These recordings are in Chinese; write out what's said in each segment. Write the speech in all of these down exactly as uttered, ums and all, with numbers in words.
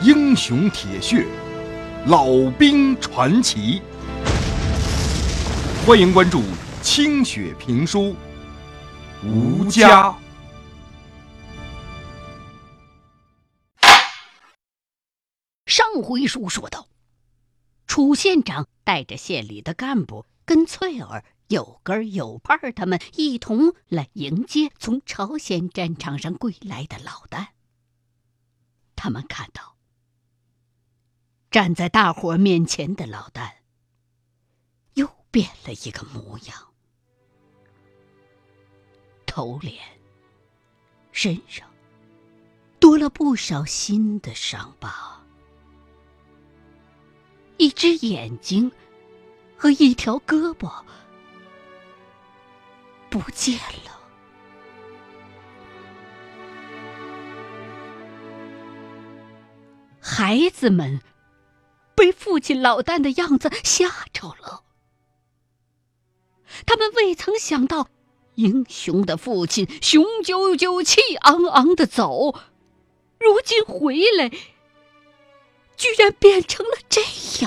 英雄铁血，老兵传奇。欢迎关注清雪评书《吴家》。 上回书说到，楚县长带着县里的干部跟翠儿、有根、有盼他们一同来迎接从朝鲜战场上归来的老旦。他们看到站在大伙面前的老旦又变了一个模样，头脸身上多了不少新的伤疤，一只眼睛和一条胳膊不见了。孩子们被父亲老旦的样子吓着了，他们未曾想到英雄的父亲雄赳赳气昂昂地走，如今回来居然变成了这样。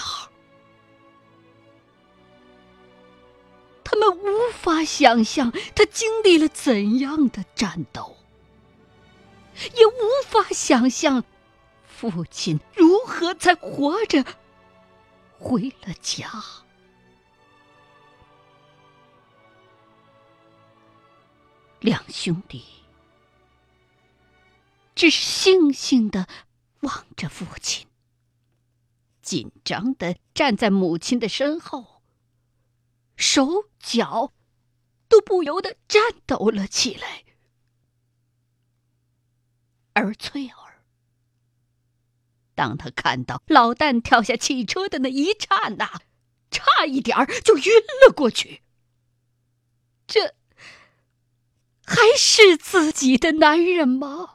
他们无法想象他经历了怎样的战斗，也无法想象父亲如何才活着回了家。两兄弟只悻悻地望着父亲，紧张地站在母亲的身后，手脚都不由得颤抖了起来。而翠儿，当他看到老旦跳下汽车的那一刹那，差一点儿就晕了过去。这还是自己的男人吗？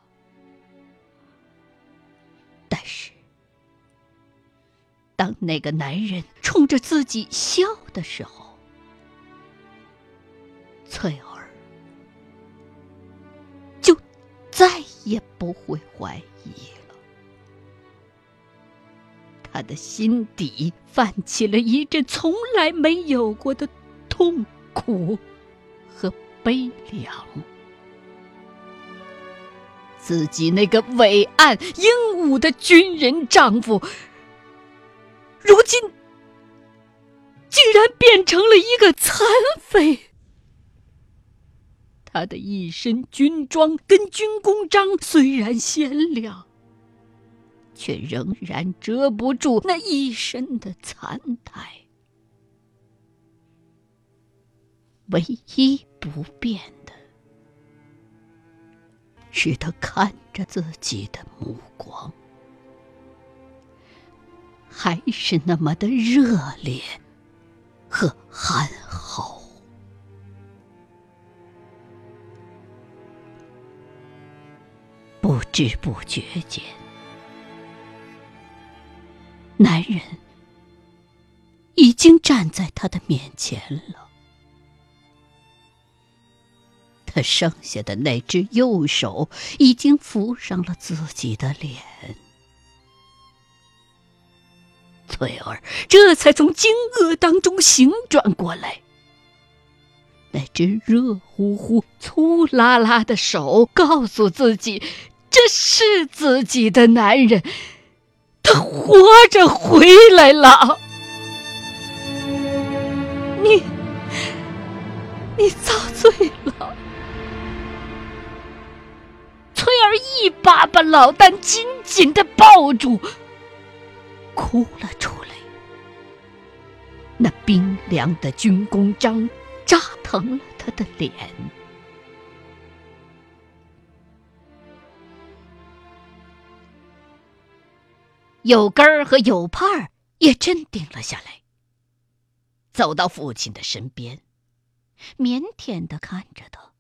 但是当那个男人冲着自己笑的时候，翠儿就再也不会怀疑了。他的心底泛起了一阵从来没有过的痛苦和悲凉。自己那个伟岸英武的军人丈夫，如今竟然变成了一个残废。他的一身军装跟军功章虽然鲜亮，却仍然遮不住那一身的残骸。唯一不变的是他看着自己的目光，还是那么的热烈和憨厚。不知不觉间，男人已经站在他的面前了。他剩下的那只右手已经扶上了自己的脸。翠儿这才从惊愕当中醒转过来，那只热乎乎粗拉拉的手告诉自己，这是自己的男人，他活着回来了。你你遭罪了。翠儿一把把老旦紧紧地抱住，哭了出来。那冰凉的军功章扎疼了他的脸。有根儿和有盼儿也镇定了下来，走到父亲的身边，腼腆地看着他。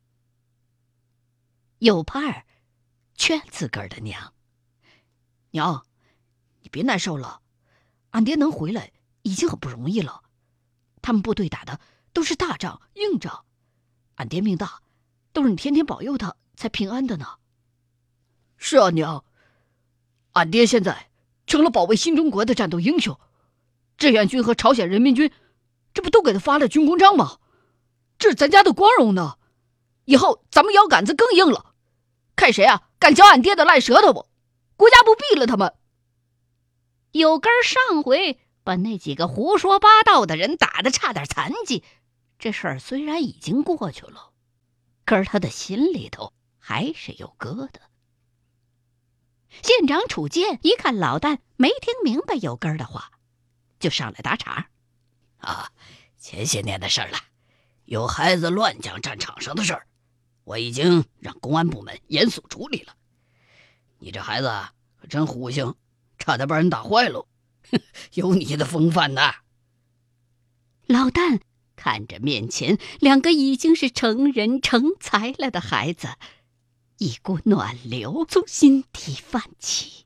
有盼儿劝自个儿的娘：“娘，你别难受了，俺爹能回来已经很不容易了。他们部队打的都是大仗硬仗，俺爹命大，都是你天天保佑他才平安的呢。”“是啊，娘，俺爹现在成了保卫新中国的战斗英雄。志愿军和朝鲜人民军这不都给他发了军功章吗？这是咱家的光荣呢。以后咱们腰杆子更硬了，看谁啊敢嚼俺爹的烂舌头不，国家不毙了他们。 有根上回把那几个胡说八道的人打得差点残疾，这事儿虽然已经过去了，可是他的心里头还是有疙瘩。县长楚健一看老旦没听明白有根的话，就上来打岔： 啊，前些年的事了，有孩子乱讲战场上的事儿，我已经让公安部门严肃处理了。你这孩子可真虎性，差点把人打坏喽，有你的风范呐。 老旦看着面前两个已经是成人成才了的孩子，一股暖流从心底泛起。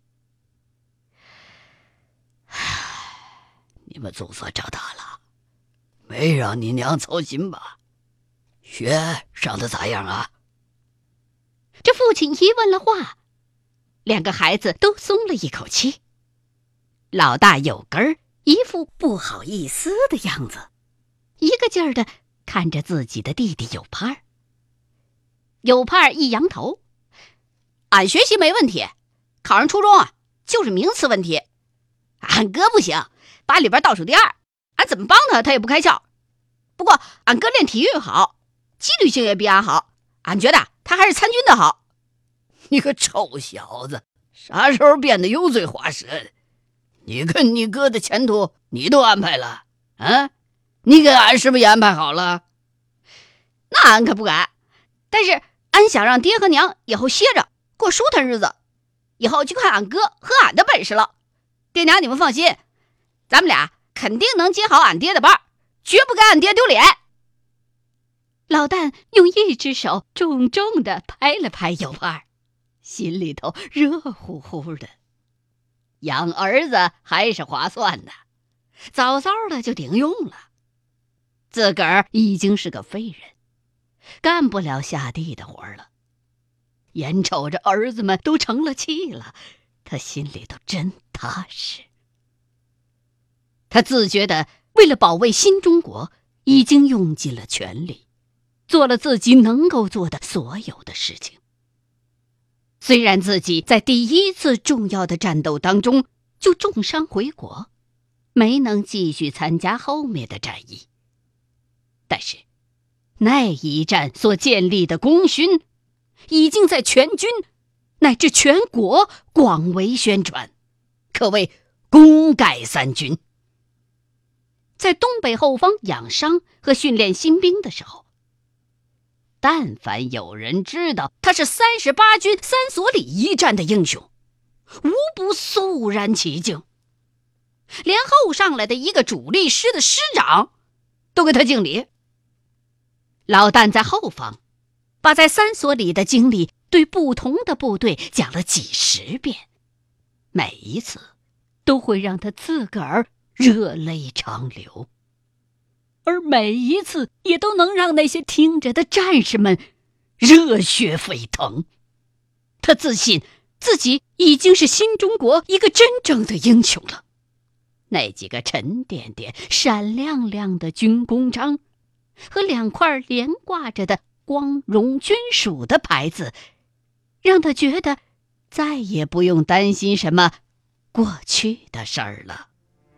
你们总算长大了，没让你娘操心吧？学上的咋样啊？ 这父亲一问了话，两个孩子都松了一口气。老大有根儿一副不好意思的样子，一个劲儿的看着自己的弟弟有盼儿。有盼儿一扬头：俺学习没问题，考上初中啊就是名次问题。俺哥不行，班里边倒数第二，俺怎么帮他他也不开窍。不过俺哥练体育好，纪律性也比俺好，俺觉得他还是参军的好。 你个臭小子，啥时候变得油嘴滑舌的？你跟你哥的前途你都安排了啊？你给俺是不是也安排好了？ 那俺可不敢，但是俺想让爹和娘以后歇着过舒坦日子，以后就看俺哥和俺的本事了。爹娘你们放心，咱们俩肯定能接好俺爹的班，绝不给俺爹丢脸。老旦用一只手重重地拍了拍有盼，心里头热乎乎的。养儿子还是划算的，早早的就顶用了。自个儿已经是个废人，干不了下地的活了，眼瞅着儿子们都成了气了，他心里头真踏实。他自觉得为了保卫新中国，已经用尽了全力，做了自己能够做的所有的事情。虽然自己在第一次重要的战斗当中就重伤回国，没能继续参加后面的战役，但是那一战所建立的功勋已经在全军乃至全国广为宣传，可谓功盖三军。在东北后方养伤和训练新兵的时候，但凡有人知道他是三十八军三所里一战的英雄，无不肃然起敬，连后上来的一个主力师的师长都给他敬礼。老旦在后方把在三所里的经历对不同的部队讲了几十遍，每一次都会让他自个儿热泪长流，而每一次也都能让那些听着的战士们热血沸腾。他自信自己已经是新中国一个真正的英雄了。那几个沉甸甸闪亮亮的军功章和两块连挂着的光荣军属的牌子，让他觉得再也不用担心什么过去的事儿了。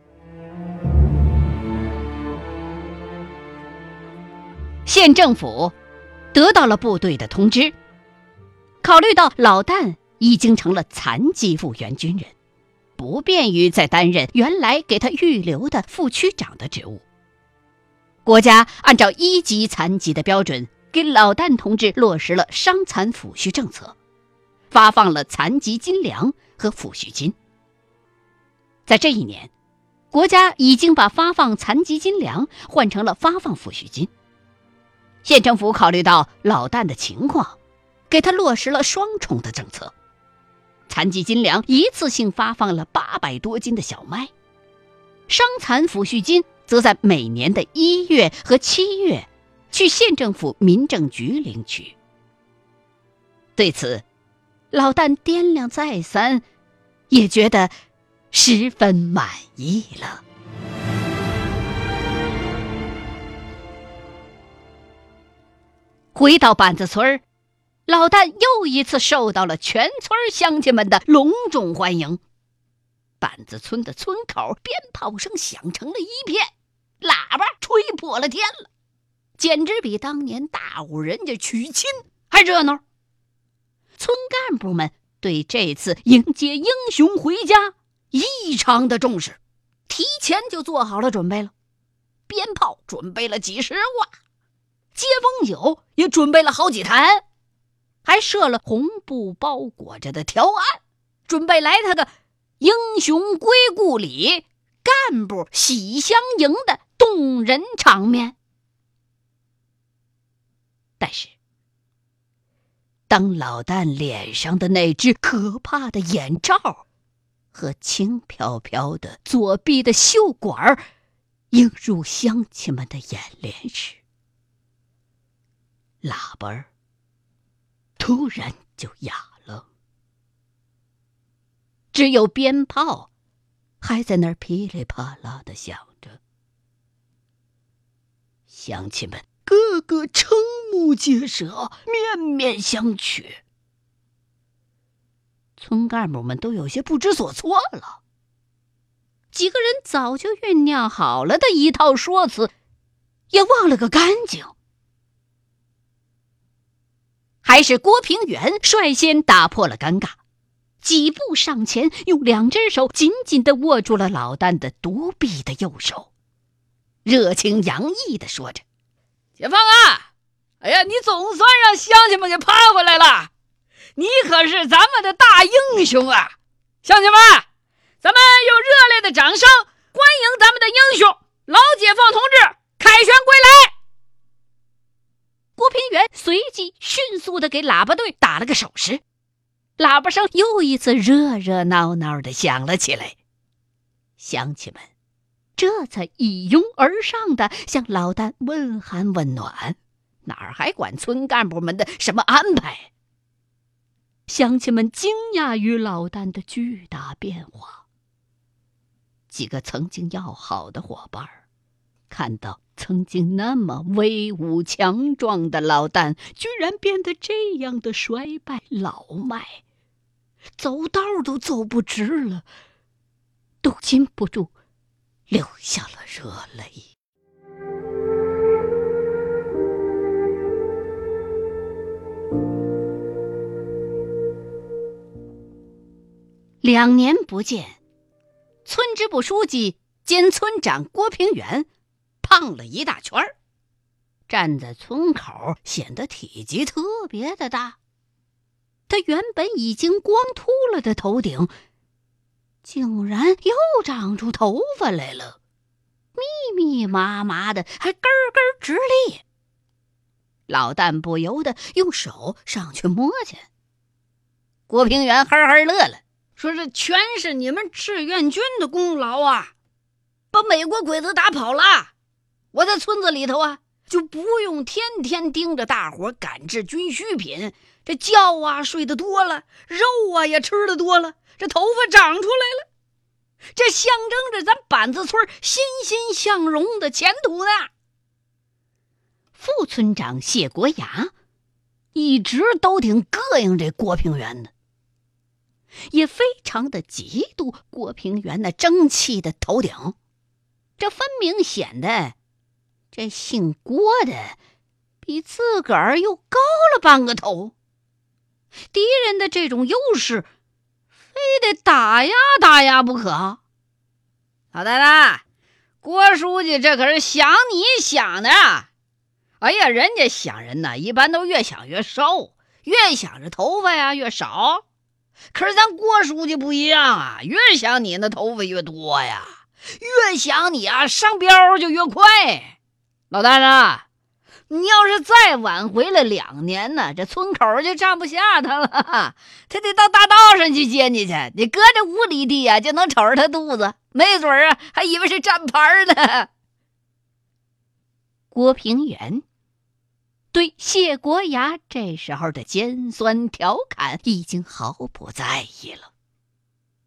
县政府得到了部队的通知，考虑到老旦已经成了残疾复员军人，不便于再担任原来给他预留的副区长的职务，国家按照一级残疾的标准给老旦同志落实了伤残抚恤政策，发放了残疾金粮和抚恤金。在这一年，国家已经把发放残疾金粮换成了发放抚恤金。县政府考虑到老旦的情况，给他落实了双重的政策。残疾金粮一次性发放了八百多斤的小麦，伤残抚恤金则在每年的一月和七月去县政府民政局领取。对此，老旦掂量再三，也觉得十分满意了。回到板子村，老旦又一次受到了全村乡亲们的隆重欢迎。板子村的村口鞭炮声响成了一片，喇叭吹破了天了，简直比当年大户人家娶亲还热闹。村干部们对这次迎接英雄回家异常的重视，提前就做好了准备了。鞭炮准备了几十挂，接风酒也准备了好几坛，还设了红布包裹着的条案，准备来他个英雄归故里，干部喜相迎的动人场面。但是当老旦脸上的那只可怕的眼罩和轻飘飘的左臂的袖管映入乡亲们的眼帘时，喇叭突然就哑了，只有鞭炮还在那儿噼里啪啦地响着。乡亲们个个瞠目结舌，面面相觑。村干部们都有些不知所措了，几个人早就酝酿好了的一套说辞也忘了个干净。还是郭平原率先打破了尴尬，几步上前，用两只手紧紧地握住了老旦的独臂的右手，热情洋溢地说着：“ 解放啊！哎呀，你总算让乡亲们给盼回来了，你可是咱们的大英雄啊！乡亲们，咱们用热烈的掌声欢迎咱们的英雄老解放同志凯旋归来！” 郭平原随即迅速地给喇叭队打了个手势，喇叭声又一次热热闹闹地响了起来。乡亲们这才一拥而上地向老旦问寒问暖，哪儿还管村干部们的什么安排？乡亲们惊讶于老旦的巨大变化。几个曾经要好的伙伴看到曾经那么威武强壮的老旦居然变得这样的衰败老迈，走道都走不直了，都禁不住流下了热泪。两年不见，村支部书记兼村长郭平原胖了一大圈儿，站在村口显得体积特别的大。他原本已经光秃了的头顶竟然又长出头发来了，密密麻麻的，还根根直立。老旦不由得用手上去摸去。郭平原呵呵乐了，说这全是你们志愿军的功劳啊，把美国鬼子打跑了，我在村子里头啊就不用天天盯着大伙赶制军需品，这觉啊睡得多了，肉啊也吃得多了，这头发长出来了，这象征着咱板子村欣欣向荣的前途呢。副村长谢国雅一直都挺膈应这郭平原的，也非常的嫉妒郭平原那争气的头顶，这分明显得这姓郭的比自个儿又高了半个头，敌人的这种优势非得打压打压不可。 老大大，郭书记这可是想你想的啊！哎呀，人家想人呢，一般都越想越瘦，越想着头发呀越少。可是咱郭书记不一样啊，越想你那头发越多呀，越想你啊上标就越快。老大啊，你要是再晚回来两年呢，这村口就站不下他了，他得到大道上去接你去，你隔着五里地啊就能瞅着他肚子，没准啊还以为是站牌呢。 郭平原对谢国牙这时候的尖酸调侃已经毫不在意了，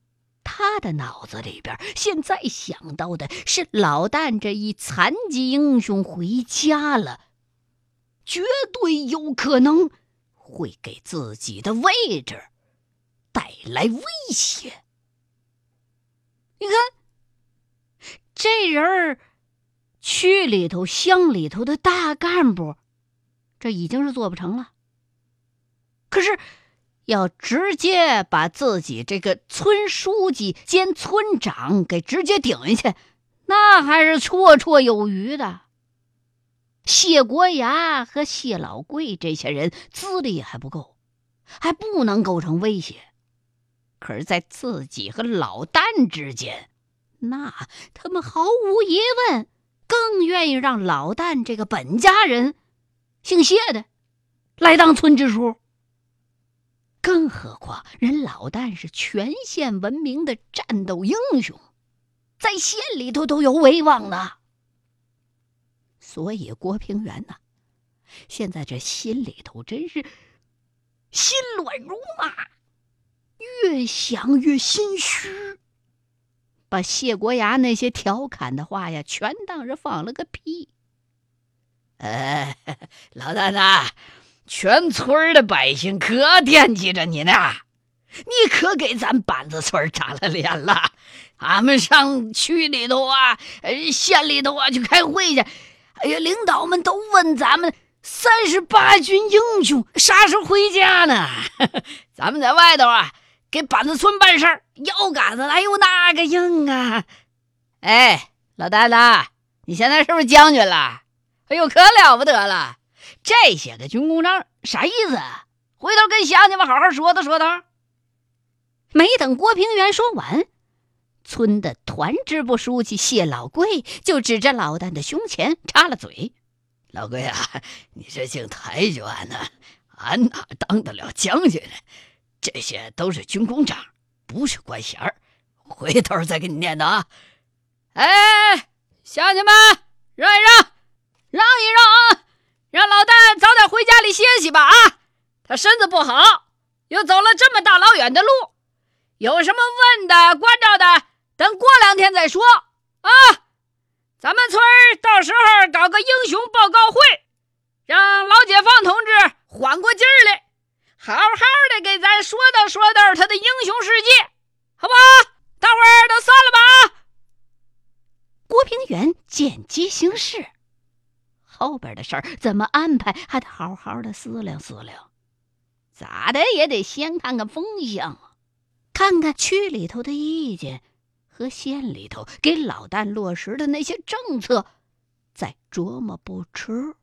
他的脑子里边现在想到的是老旦这一残疾英雄回家了，绝对有可能会给自己的位置带来威胁。你看，这人儿区里头乡里头的大干部，这已经是做不成了。可是要直接把自己这个村书记兼村长给直接顶下去，那还是绰绰有余的。谢国牙和谢老贵这些人资历还不够，还不能构成威胁。可是在自己和老旦之间，那他们毫无疑问更愿意让老旦这个本家人姓谢的来当村支书。更何况人老旦是全县闻名的战斗英雄，在县里头都有威望呢。所以郭平原呢，现在这心里头真是心乱如麻，越想越心虚，把谢国牙那些调侃的话呀全当着放了个屁。 呃，老旦呐，全村的百姓可惦记着你呢，你可给咱板子村长了脸了。俺们上区里头啊，呃，县里头啊去开会去，哎呀，领导们都问咱们三十八军英雄啥时候回家呢？咱们在外头啊给板子村办事儿，腰杆子哎呦那个硬啊！哎，老旦呐，你现在是不是将军了？哎呦，可了不得了！这些个军功章啥意思？回头跟乡亲们好好说道说道。 没等郭平原说完，村的团支部书记谢老贵就指着老旦的胸前插了嘴：“ 老贵啊，你这姓抬举俺呢，俺哪当得了将军？这些都是军功章，不是官衔儿。回头再给你念叨啊！哎，乡亲们，让一让，让一让啊！让老旦早点回家里歇息吧啊！他身子不好，又走了这么大老远的路，有什么问的关照的，等过两天再说啊！咱们村到时候搞个英雄报告会，让老解放同志缓过劲儿来，好好的给咱说道说道他的英雄事迹，好不好？大伙儿都散了吧啊！ 郭平原见机行事，后边的事儿怎么安排，还得好好的思量思量。咋的也得先看看风向啊，看看区里头的意见和县里头给老旦落实的那些政策，再琢磨不迟。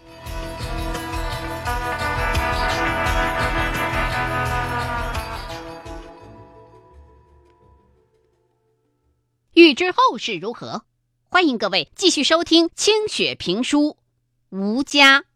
欲知后事如何，欢迎各位继续收听清雪评书《吴家》。